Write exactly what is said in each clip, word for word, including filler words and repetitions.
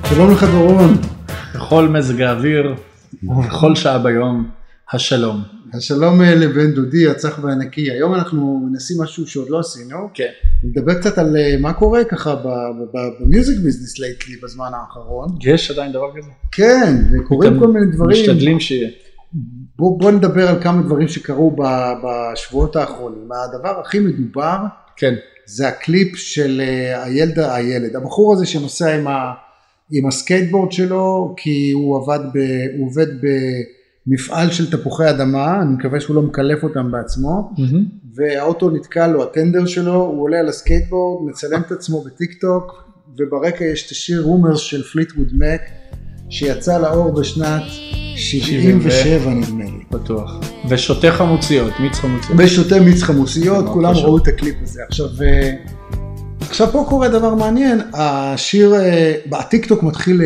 שלום לך דורון. בכל מזג האוויר ובכל שעה ביום, השלום. השלום לבן דודי, הצח והנקי. היום אנחנו נשים משהו שעוד לא עשינו. כן. נדבר קצת על מה קורה ככה במיוזיק ביזנס לייטלי בזמן האחרון. יש עדיין דבר כזה? כן, וקוראים כל מיני דברים. משתדלים שיהיה. בוא, בוא נדבר על כמה דברים שקרו בשבועות האחרונים. הדבר הכי מדובר, כן. זה הקליפ של הילד, הילד, הבחור הזה שנוסע עם, ה, עם הסקייטבורד שלו, כי הוא עבד ב, הוא עובד במפעל של תפוחי אדמה, אני מקווה שהוא לא מקלף אותם בעצמו, mm-hmm. והאוטו נתקע לו, הטנדר שלו, הוא עולה על הסקייטבורד, מצלם את עצמו בטיק טוק, וברקע יש את השיר רומרס של פליטווד מק, שיצא לאור בשנת שבעים ושבע נדמה לי. בטוח. ושותה חמוציות, מיץ חמוציות. ושותה מיץ חמוציות, כולם ראו את הקליפ הזה. עכשיו, עכשיו פה קורה דבר מעניין, השיר, הטיק-טוק מתחיל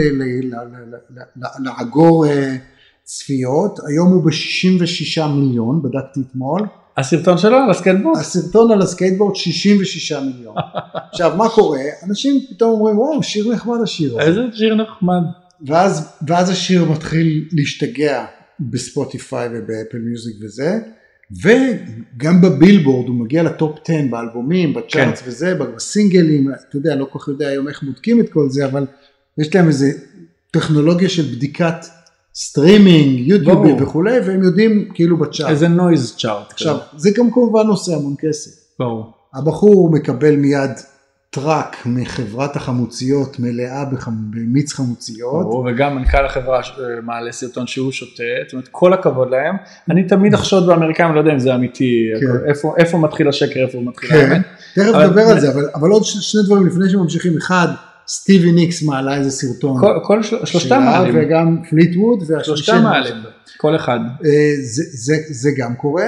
לאגור צפיות, היום הוא ב-שישים ושישה מיליון, בדקתי אתמול. הסרטון שלו על הסקייטבורד? הסרטון על הסקייטבורד שישים ושישה מיליון. עכשיו, מה קורה? אנשים פתאום אומרים, וואו, שיר נחמד השיר הזה. איזה שיר נחמד. ואז, ואז השיר מתחיל להשתגע בספוטיפיי ובאפל מיוזיק וזה, וגם בבילבורד הוא מגיע לטופ עשר באלבומים, בצ'ארטס כן. וזה, בסינגלים, אתה יודע, לא כל כך יודע היום איך בודקים את כל זה, אבל יש להם איזה טכנולוגיה של בדיקת סטרימינג, יוטיוב וכו', והם יודעים כאילו בצ'ארט. איזה נויז צ'ארט. עכשיו, זה גם כמובן עושה המון כסף. ברור. הבחור מקבל מיד טראק מחברת החמוציות מלאה במיץ חמוציות. וגם מנכ"ל החברה מעלה סרטון שהוא שותה, זאת אומרת כל הכבוד להם, אני תמיד אחשוד באמריקאים, לא יודע אם זה אמיתי, איפה מתחיל השקר, איפה הוא מתחיל האמת. תכף נדבר על זה, אבל עוד שני דברים לפני שממשיכים, אחד, סטיבי ניקס מעלה איזה סרטון. כל שלושתם מעלים. וגם פליטווד. שלושתם מעלים, כל אחד. זה גם קורה,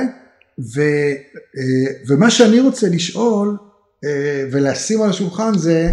ומה שאני רוצה לשאול, ולשים על השולחן זה,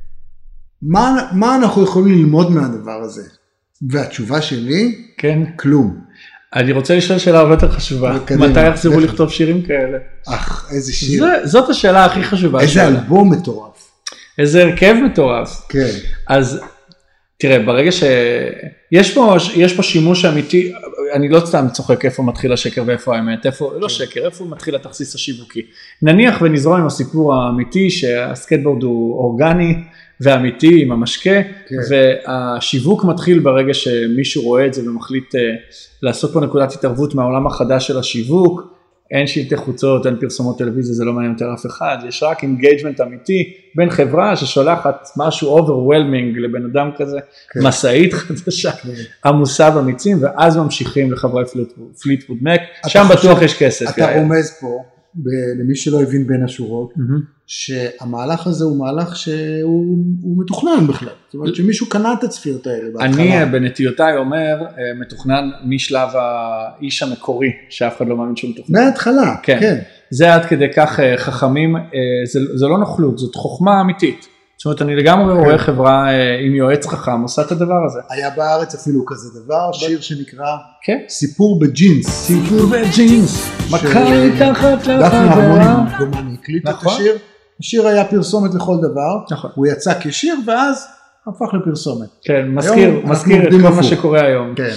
מה, מה אנחנו יכולים ללמוד מהדבר הזה? והתשובה שלי, כן. כלום. אני רוצה לשאול שאלה הרבה יותר חשובה. מתי יחזרו לכתוב שירים כאלה? אך, איזה שיר. זה, זאת השאלה הכי חשובה. איזה אלבום מטורף. איזה הרכב מטורף. כן. אז תראה, ברגע שיש פה, יש פה שימוש אמיתי, אני לא סתם צוחק איפה מתחיל השקר ואיפה האמת, איפה, לא שקר, איפה מתחיל התכסיס השיווקי. נניח ונזרום עם הסיפור האמיתי שהסקייטבורד הוא אורגני ואמיתי עם המשקה, והשיווק מתחיל ברגע שמישהו רואה את זה ומחליט לעשות פה נקודת התערבות מהעולם החדש של השיווק, אין שלטי חוצות, אין פרסומות טלוויזיה, זה לא מעניין יותר אף אחד, יש רק אינגייג'מנט אמיתי בין חברה ששולחת משהו אוברוולמינג לבן אדם כזה, כן. מסעית חדשה, כן. עמוסה במיצים, ואז ממשיכים לחברי פליטווד מק, שם בטוח יש כסף. אתה יאיר. רומז פה, ב- למי שלא הבין בין השורות, mm-hmm. שהמהלך הזה הוא מהלך שהוא מתוכנן בכלל, זאת אומרת שמישהו קנה את הצפיות האלה. אני בנטיותיי אומר, מתוכנן משלב האיש המקורי, שאף אחד לא מאמין שהוא מתוכנן. מההתחלה, כן. כן. זה עד כדי כך חכמים, זה, זה לא נוכלות, זאת חוכמה אמיתית. זאת אומרת, אני לגמרי רואה חברה עם יועץ חכם, עושה את הדבר הזה. היה בארץ אפילו כזה דבר, שיר שנקרא סיפור בג'ינס. סיפור בג'ינס, מכה מתחת לחברה. דפני הרמוני דומני הקליט את השיר, השיר היה פרסומת לכל דבר, הוא יצא כשיר ואז הפך לפרסומת. כן, מזכיר, מזכיר את כל מה שקורה היום. כן.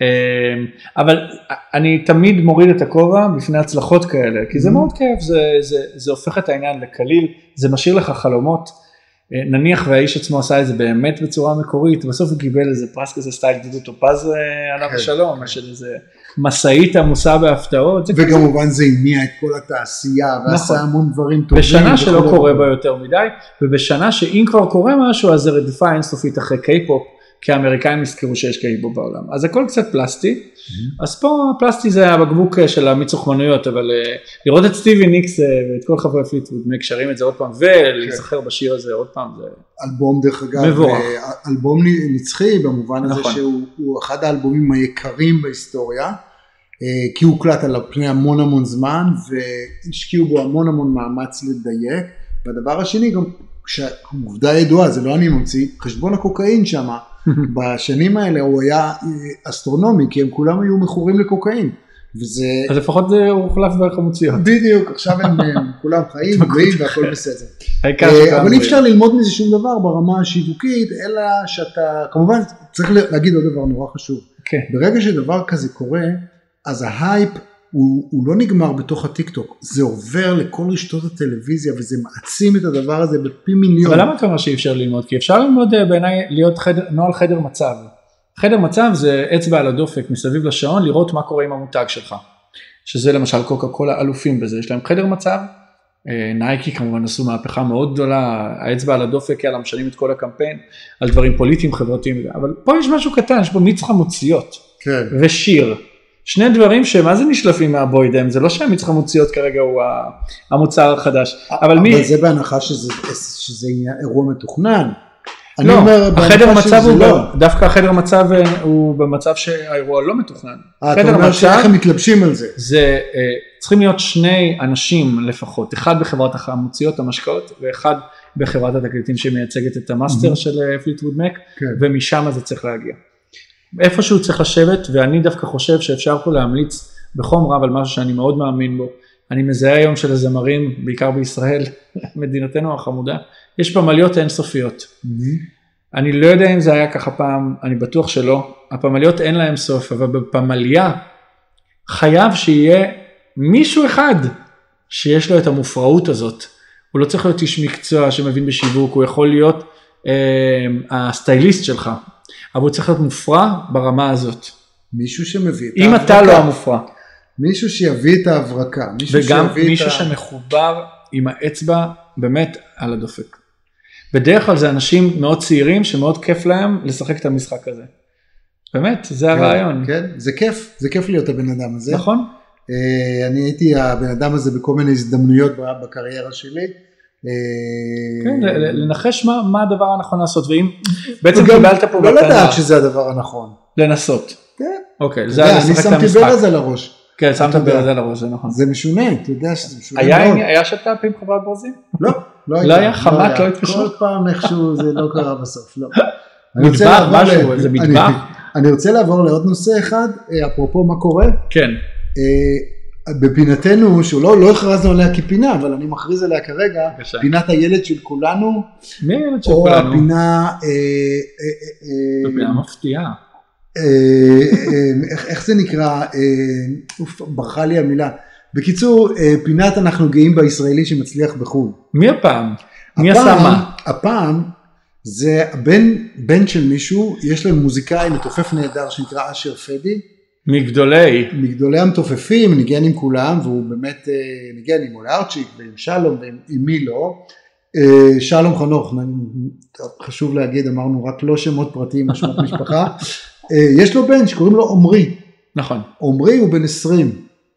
אבל אני תמיד מוריד את הכובע בפני הצלחות כאלה, כי זה מאוד כיף, זה הופך את העניין לקליל, זה משאיר לך חלומות. נניח והאיש עצמו עשה את זה באמת בצורה מקורית, בסוף הוא קיבל איזה פרס כזה סטייל דודו טופז עליו השלום, של איזה מסעית עמוסה בהפתעות. וכמובן זה הניע את כל התעשייה, ועשה המון דברים טובים. בשנה שלא קורה בה יותר מדי, ובשנה שאם כבר קורה משהו, אז זה רדיפה אינסופית אחרי קיי-פופ, כי האמריקאים הזכירו שיש קיי-פופ בעולם. אז הכל קצת פלסטי, אז פה פלסטי זה הבקבוק של המיצוחמנויות, אבל לראות את סטיבי ניקס ואת כל חברי פליטווד מק שרים את זה עוד פעם, ולהיזכר בשיר הזה עוד פעם, זה אלבום דרך אגב, אלבום נצחי במובן הזה שהוא אחד האלבומים היקרים בהיסטוריה, כי הוא הוקלט על פני המון המון זמן, והשקיעו בו המון המון מאמץ לדייק, והדבר השני גם, עובדה ידועה, זה לא אני ממציא, חשבון הקוקאין שמה, בשנים האלה הוא היה אסטרונומי, כי הם כולם היו מכורים לקוקאין, וזה... אז לפחות זה הוחלף בערך המוציות. בדיוק, עכשיו הם כולם חיים, בריאים והכל בסדר. אבל אי אפשר ללמוד מזה שום דבר ברמה השיווקית, אלא שאתה, כמובן צריך להגיד עוד דבר נורא חשוב. ברגע שדבר כזה קורה, אז ההייפ הוא, הוא לא נגמר בתוך הטיק טוק, זה עובר לכל רשתות הטלוויזיה, וזה מעצים את הדבר הזה בפי מיליון. אבל למה אתה אומר שאי אפשר ללמוד? כי אפשר ללמוד בעיניי להיות חדר, נועל חדר מצב. חדר מצב זה אצבע על הדופק מסביב לשעון, לראות מה קורה עם המותג שלך. שזה למשל קוקה קולה אלופים בזה, יש להם חדר מצב, נייקי כמובן עשו מהפכה מאוד גדולה, האצבע על הדופק, יאללה משנים את כל הקמפיין, על דברים פוליטיים, חברתיים, אבל פה יש משהו קטן, יש פה מיץ חמוציות, כן. ושיר. שני דברים שמה זה נשלפים מהבוידם, זה לא שהמיץ חמוציות כרגע הוא המוצר החדש, אבל מי... אבל זה בהנחה שזה, שזה אירוע מתוכנן. לא, החדר מצב הוא לא, דווקא החדר מצב הוא במצב שהאירוע לא מתוכנן. אתה אומר שאיך הם מתלבשים על זה? זה, צריכים להיות שני אנשים לפחות, אחד בחברת החמוציות המשקאות, ואחד בחברת התקליטים שמייצגת את המאסטר של פליטווד מק, ומשם זה צריך להגיע. איפשהו צריך לשבת, ואני דווקא חושב שאפשר פה להמליץ בחום רב על משהו שאני מאוד מאמין בו. אני מזהה היום של הזמרים, בעיקר בישראל, מדינתנו החמודה, יש פמליות אינסופיות. אני לא יודע אם זה היה ככה פעם, אני בטוח שלא. הפמליות אין להם סוף, אבל בפמליה חייב שיהיה מישהו אחד שיש לו את המופרעות הזאת. הוא לא צריך להיות איש מקצוע שמבין בשיווק, הוא יכול להיות אה, הסטייליסט שלך, אבל הוא צריך להיות מופרע ברמה הזאת. מישהו שמביא את אם ההברקה. אתה לא המופרע. מישהו שיביא את ההברקה. מישהו וגם שיביא מישהו את שמחובר עם האצבע באמת על הדופק. בדרך כלל זה אנשים מאוד צעירים שמאוד כיף להם לשחק את המשחק הזה. באמת, זה כן, הרעיון. כן, זה כיף, זה כיף להיות הבן אדם הזה. נכון. אני הייתי הבן אדם הזה בכל מיני הזדמנויות בקריירה שלי. כן, לנחש מה, מה הדבר הנכון לעשות, ואם בעצם קיבלת פה לא לדעת שזה הדבר הנכון. לנסות. כן. אוקיי, זה היה אני שמתי ברז על הראש. כן, שמת ברז על הראש, זה נכון. זה משונה, אתה יודע שזה משונה מאוד. היה שת"פ עם חברת ברזים? לא, לא היה. לא היה חמק, לא התקשרו? כל פעם איכשהו זה לא קרה בסוף, לא. מטבח, משהו, זה מטבח? אני רוצה לעבור לעוד נושא אחד, אפרופו מה קורה. כן. בפינתנו, שהוא לא הכרזנו עליה כפינה, אבל אני מכריז עליה כרגע, פינת הילד של כולנו. מי הילד של כולנו? או הפינה... זו פינה מפתיעה. איך זה נקרא? ברכה לי המילה. בקיצור, פינת אנחנו גאים בישראלי שמצליח בחו"ל. מי הפעם? מי עשה מה? הפעם זה בן של מישהו, יש להם מוזיקאי מתופף נהדר שנקרא אשר פדי. מגדולי. מגדולי המתופפים, ניגן עם כולם, והוא באמת ניגן עם אולארצ'יק ועם שלום ועם מי לא. שלום חנוך, חשוב להגיד, אמרנו רק לא שמות פרטיים, שמות משפחה. יש לו בן שקוראים לו עומרי. נכון. עומרי הוא בן עשרים.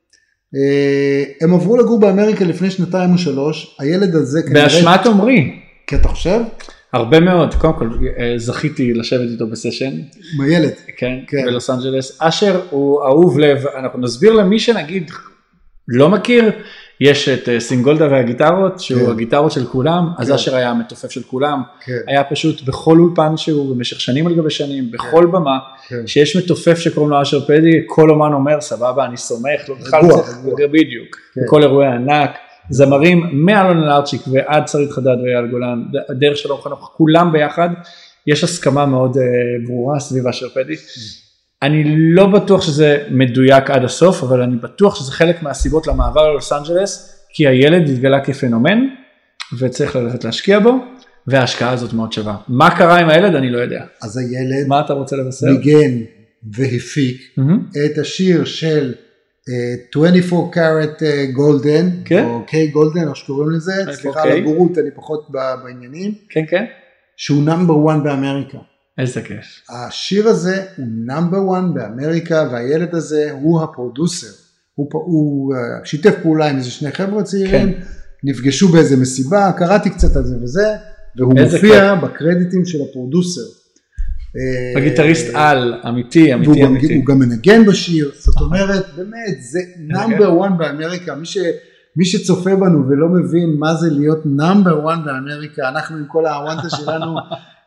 הם עברו לגור באמריקה לפני שנתיים או שלוש, הילד הזה כנראה... באשמת עומרי. כי אתה חושב? הרבה מאוד, קודם כל זכיתי לשבת איתו בסשן. עם הילד. כן, כן. בלוס אנג'לס. אשר הוא אהוב לב, אנחנו נסביר למי שנגיד לא מכיר, יש את סינגולדה והגיטרות, שהוא כן. הגיטרות של כולם, כן. אז אשר היה המתופף של כולם, כן. היה פשוט בכל אולפן שהוא במשך שנים על גבי שנים, בכל כן. במה, כן. שיש מתופף שקוראים לו אשר פדי, כל אומן אומר סבבה, אני סומך, לא בכלל צריך, בדיוק, כן. כל אירועי ענק, זמרים מאלון אלארצ'יק ועד שרית חדד ואייל גולן, דרך שלום חנוך, כולם ביחד, יש הסכמה מאוד uh, ברורה סביב אשר פדי, אני לא בטוח שזה מדויק עד הסוף, אבל אני בטוח שזה חלק מהסיבות למעבר ללוס אנג'לס, כי הילד התגלה כפנומן, וצריך ללכת להשקיע בו, וההשקעה הזאת מאוד שווה. מה קרה עם הילד? אני לא יודע. אז הילד מה אתה רוצה לבשר? ניגן והפיק mm-hmm. את השיר של uh, עשרים וארבע קארט גולדן, okay. או קיי גולדן, או שקוראים לזה, סליחה על הבורות, אני פחות בעניינים, כן, כן. שהוא נאמבר אחד באמריקה. איזה כיף. השיר הזה הוא נאמבר אחד באמריקה, והילד הזה הוא הפרודוסר. הוא, הוא uh, שיתף פעולה עם איזה שני חבר'ה צעירים, כן. נפגשו באיזה מסיבה, קראתי קצת על זה וזה, והוא מופיע כיף. בקרדיטים של הפרודוסר. הגיטריסט על, אמיתי, אמיתי, והוא אמיתי. גם, הוא גם מנגן בשיר, זאת אומרת, באמת, זה נאמבר אחד באמריקה, מי ש... מי שצופה בנו ולא מבין מה זה להיות נאמבר אחד באמריקה, אנחנו עם כל הוואנטה שלנו,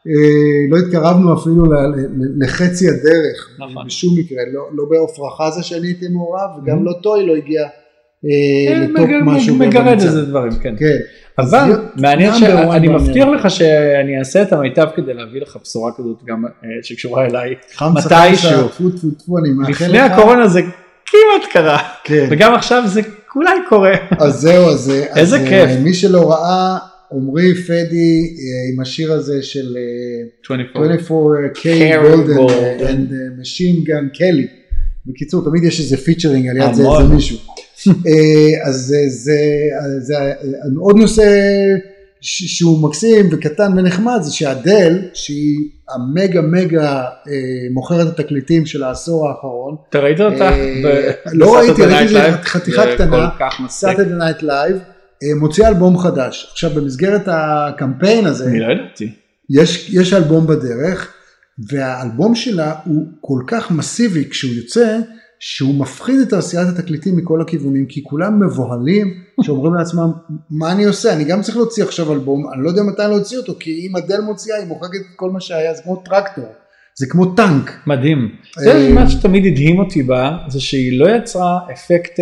לא התקרבנו אפילו לחצי הדרך, נכון. בשום מקרה, לא, לא בעופרה חזה שאני הייתי מעורב, וגם לא טוי לא הגיע לטופ משהו. מגרד איזה דברים, כן. כן. אבל מעניין שאני מבטיח לך שאני אעשה את המיטב כדי להביא לך בשורה כזאת גם שקשורה אליי מתישהו. לפני הקורונה זה כמעט קרה, וגם עכשיו זה אולי קורה. אז זהו, אז איזה כיף. מי שלא ראה, עומרי פדי עם השיר הזה של עשרים וארבע קיי Golden and Machine Gun Kelly. בקיצור, תמיד יש איזה פיצ'רינג על יד זה איזה מישהו. אז זה עוד נושא שהוא מקסים וקטן ונחמד, זה שהאדל, שהיא המגה מגה מוכרת התקליטים של העשור האחרון. אתה ראית אותה? לא ראיתי, ראיתי חתיכה קטנה, Saturday Night Live, מוציא אלבום חדש. עכשיו במסגרת הקמפיין הזה, אני לא ידעתי. יש, יש אלבום בדרך, והאלבום שלה הוא כל כך מסיבי כשהוא יוצא, שהוא מפחיד את תעשיית התקליטים מכל הכיוונים, כי כולם מבוהלים, שאומרים לעצמם, מה אני עושה? אני גם צריך להוציא עכשיו אלבום, אני לא יודע מתי להוציא אותו, כי אם אדל מוציאה, היא מוחקת את כל מה שהיה, זה כמו טרקטור, זה כמו טנק. מדהים. זה מה שתמיד הדהים אותי בה, זה שהיא לא יצרה אפקט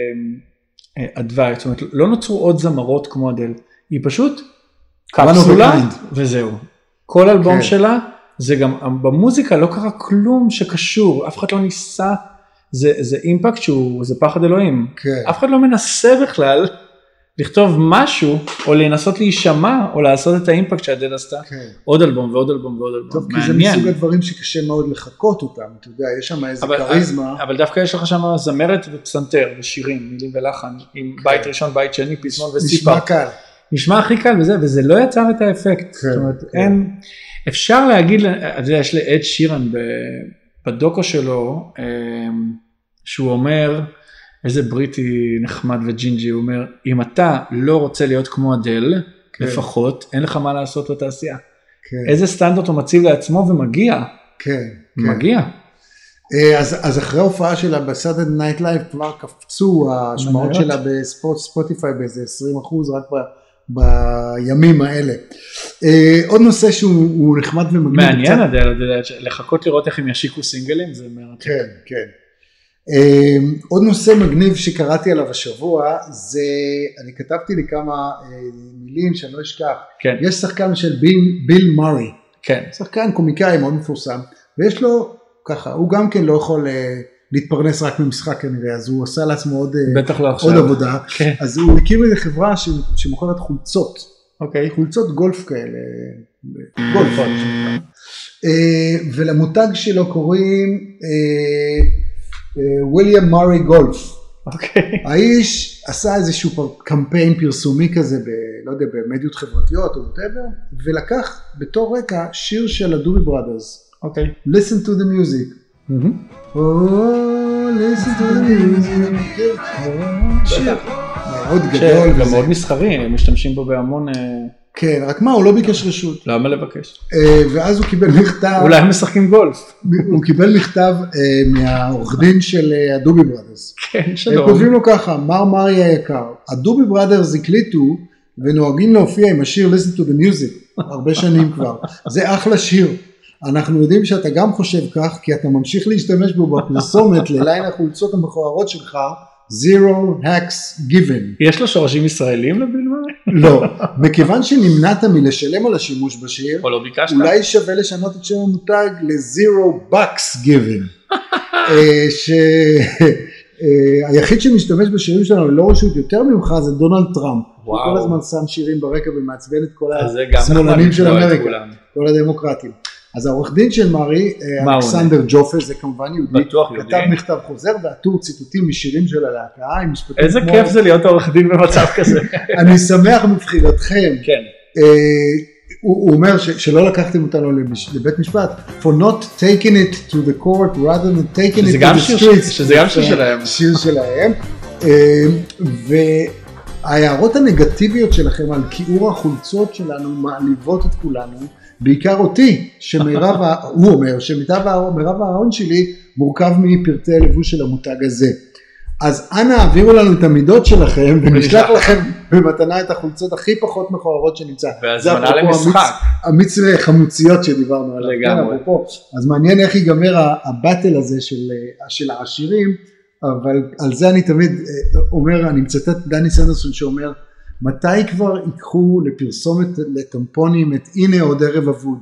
אדווי, זאת אומרת, לא נוצרו עוד זמרות כמו אדל, היא פשוט קפסולה, וזהו. כל אלבום שלה, זה גם, במוזיקה לא קרה כלום שקשור, אף אחד לא ניסה, זה, זה אימפקט שהוא, זה פחד אלוהים. כן. אף אחד לא מנסה בכלל לכתוב משהו, או לנסות להישמע, או לעשות את האימפקט שהדל עשתה. כן. עוד אלבום ועוד אלבום ועוד אלבום. טוב, מעניין. כי זה מסוג הדברים שקשה מאוד לחכות אותם, אתה יודע, יש שם איזה אבל, קריזמה. אבל דווקא יש לך שם זמרת ופסנתר, ושירים, מילים ולחן, עם כן. בית ראשון, בית שני, פזמון וסיפה. נשמע קל. נשמע הכי קל וזה, וזה לא יצר את האפקט. כן. זאת אומרת, כן. אין, אפשר להגיד, יש לאד שירן בדוקו שלו, שהוא אומר, איזה בריטי נחמד וג'ינג'י, הוא אומר, אם אתה לא רוצה להיות כמו אדל, כן. לפחות, אין לך מה לעשות בתעשייה. כן. איזה סטנדרט הוא מציב לעצמו ומגיע. כן. מגיע. אז, אז אחרי ההופעה שלה בסאטרדיי נייט לייב, כבר קפצו השמעות שלה בספוטיפיי באיזה עשרים אחוז, רק ב... בימים האלה. עוד נושא שהוא נחמד ומגניב. מעניין, לחכות לראות איך הם ישיקו סינגלים, זה מרתק. כן, כן. עוד נושא מגניב שקראתי עליו השבוע, זה, אני כתבתי לי כמה מילים שאני לא אשכח. כן. יש שחקן של ביל מארי. כן. שחקן קומיקאי מאוד מפורסם, ויש לו ככה, הוא גם כן לא יכול להתפרנס רק ממשחק כנראה, אז הוא עשה לעצמו עוד, לא עוד עבודה, כן. אז הוא הקים איזו חברה שמוכרת חולצות, אוקיי. חולצות גולף כאלה, גולף, ולמותג שלו קוראים וויליאם מארי גולף, אוקיי. האיש עשה איזשהו קמפיין פרסומי כזה, ב, לא יודע, במדיות חברתיות או whatever, ולקח בתור רקע שיר של הדובי בראדרס, אוקיי. Listen to the music. Oh, listen to the music. שיר מאוד גדול. גם מאוד מסחרי, הם משתמשים בו בהמון... כן, רק מה, הוא לא ביקש רשות. למה לבקש? ואז הוא קיבל מכתב... אולי הם משחקים גולף. הוא קיבל מכתב מהעורך דין של הדובי בראדרס. כן, שלום. הם כותבים לו ככה, מר מרי היקר, הדובי בראדרס הקליטו ונוהגים להופיע עם השיר Listen to the music, הרבה שנים כבר. זה אחלה שיר. אנחנו יודעים שאתה גם חושב כך, כי אתה ממשיך להשתמש בו בפרסומת לליין החולצות המכוערות שלך, Zero Hacks Given. יש לו שורשים ישראלים לבלמרי? לא, מכיוון שנמנעת מלשלם על השימוש בשיר, או לא ביקשת? אולי שווה לשנות את שם המותג ל-Zero Bucks Given. שהיחיד שמשתמש בשירים שלנו ללא רשות יותר ממך זה דונלד טראמפ. הוא כל הזמן שם שירים ברקע ומעצבן את כל השמאלנים של אמריקה, כל הדמוקרטים. אז העורך דין של מארי, אלכסנדר ג'ופה, זה כמובן יהודי, כתב מכתב חוזר ועטור ציטוטים משירים של הלהקה. איזה כיף זה להיות העורך דין במצב כזה. אני שמח מבחירתכם. כן. הוא אומר שלא לקחתם אותנו לבית משפט, for not taking it to the court rather than taking it to the streets. שזה גם שיר שלהם. שיר שלהם. וההערות הנגטיביות שלכם על כיעור החולצות שלנו מעליבות את כולנו, בעיקר אותי, שמירב, הוא אומר, שמירב ההון שלי מורכב מפרטי הלבוש של המותג הזה. אז אנא העבירו לנו את המידות שלכם, ונשלח לכם במתנה את החולצות הכי פחות מכוערות שנמצא. והזמנה למשחק. המיץ חמוציות שדיברנו עליו. לגמרי. כן, אז מעניין איך ייגמר הבטל הזה של, של העשירים, אבל על זה אני תמיד אומר, אני מצטט דני סנדרסון שאומר, מתי כבר ייקחו לפרסומת לטמפונים את הנה עוד ערב אבוד.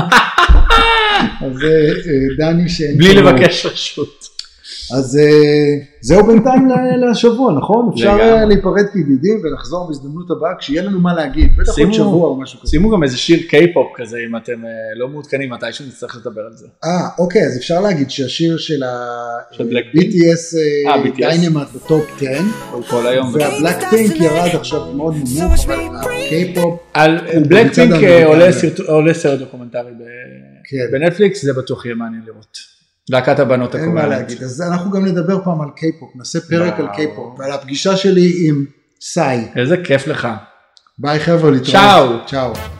אז דני שאין... בלי לבקש רשות. אז זהו בינתיים לשבוע, נכון? אפשר להיפרד כידידים ולחזור בהזדמנות הבאה כשיהיה לנו מה להגיד, בטח עוד שבוע או משהו כזה. שימו גם איזה שיר קיי-פופ כזה, אם אתם לא מעודכנים, מתישהו נצטרך לדבר על זה. אה, אוקיי, אז אפשר להגיד שהשיר של ה-בי טי אס דיינמט בטופ עשר, והבלק פינק ירד עכשיו מאוד נמוך, אבל הקיי-פופ... על בלק פינק עולה סרט דוקומנטרי בנטפליקס, זה בטוח יהיה מעניין לראות. להקת הבנות הקוריאנית. אין מה להגיד, אז אנחנו גם נדבר פעם על קיי-פופ, נעשה פרק על קיי-פופ, ועל הפגישה שלי עם סאי. איזה כיף לך. ביי חבר'ה, להתראות. צ'או. צ'או.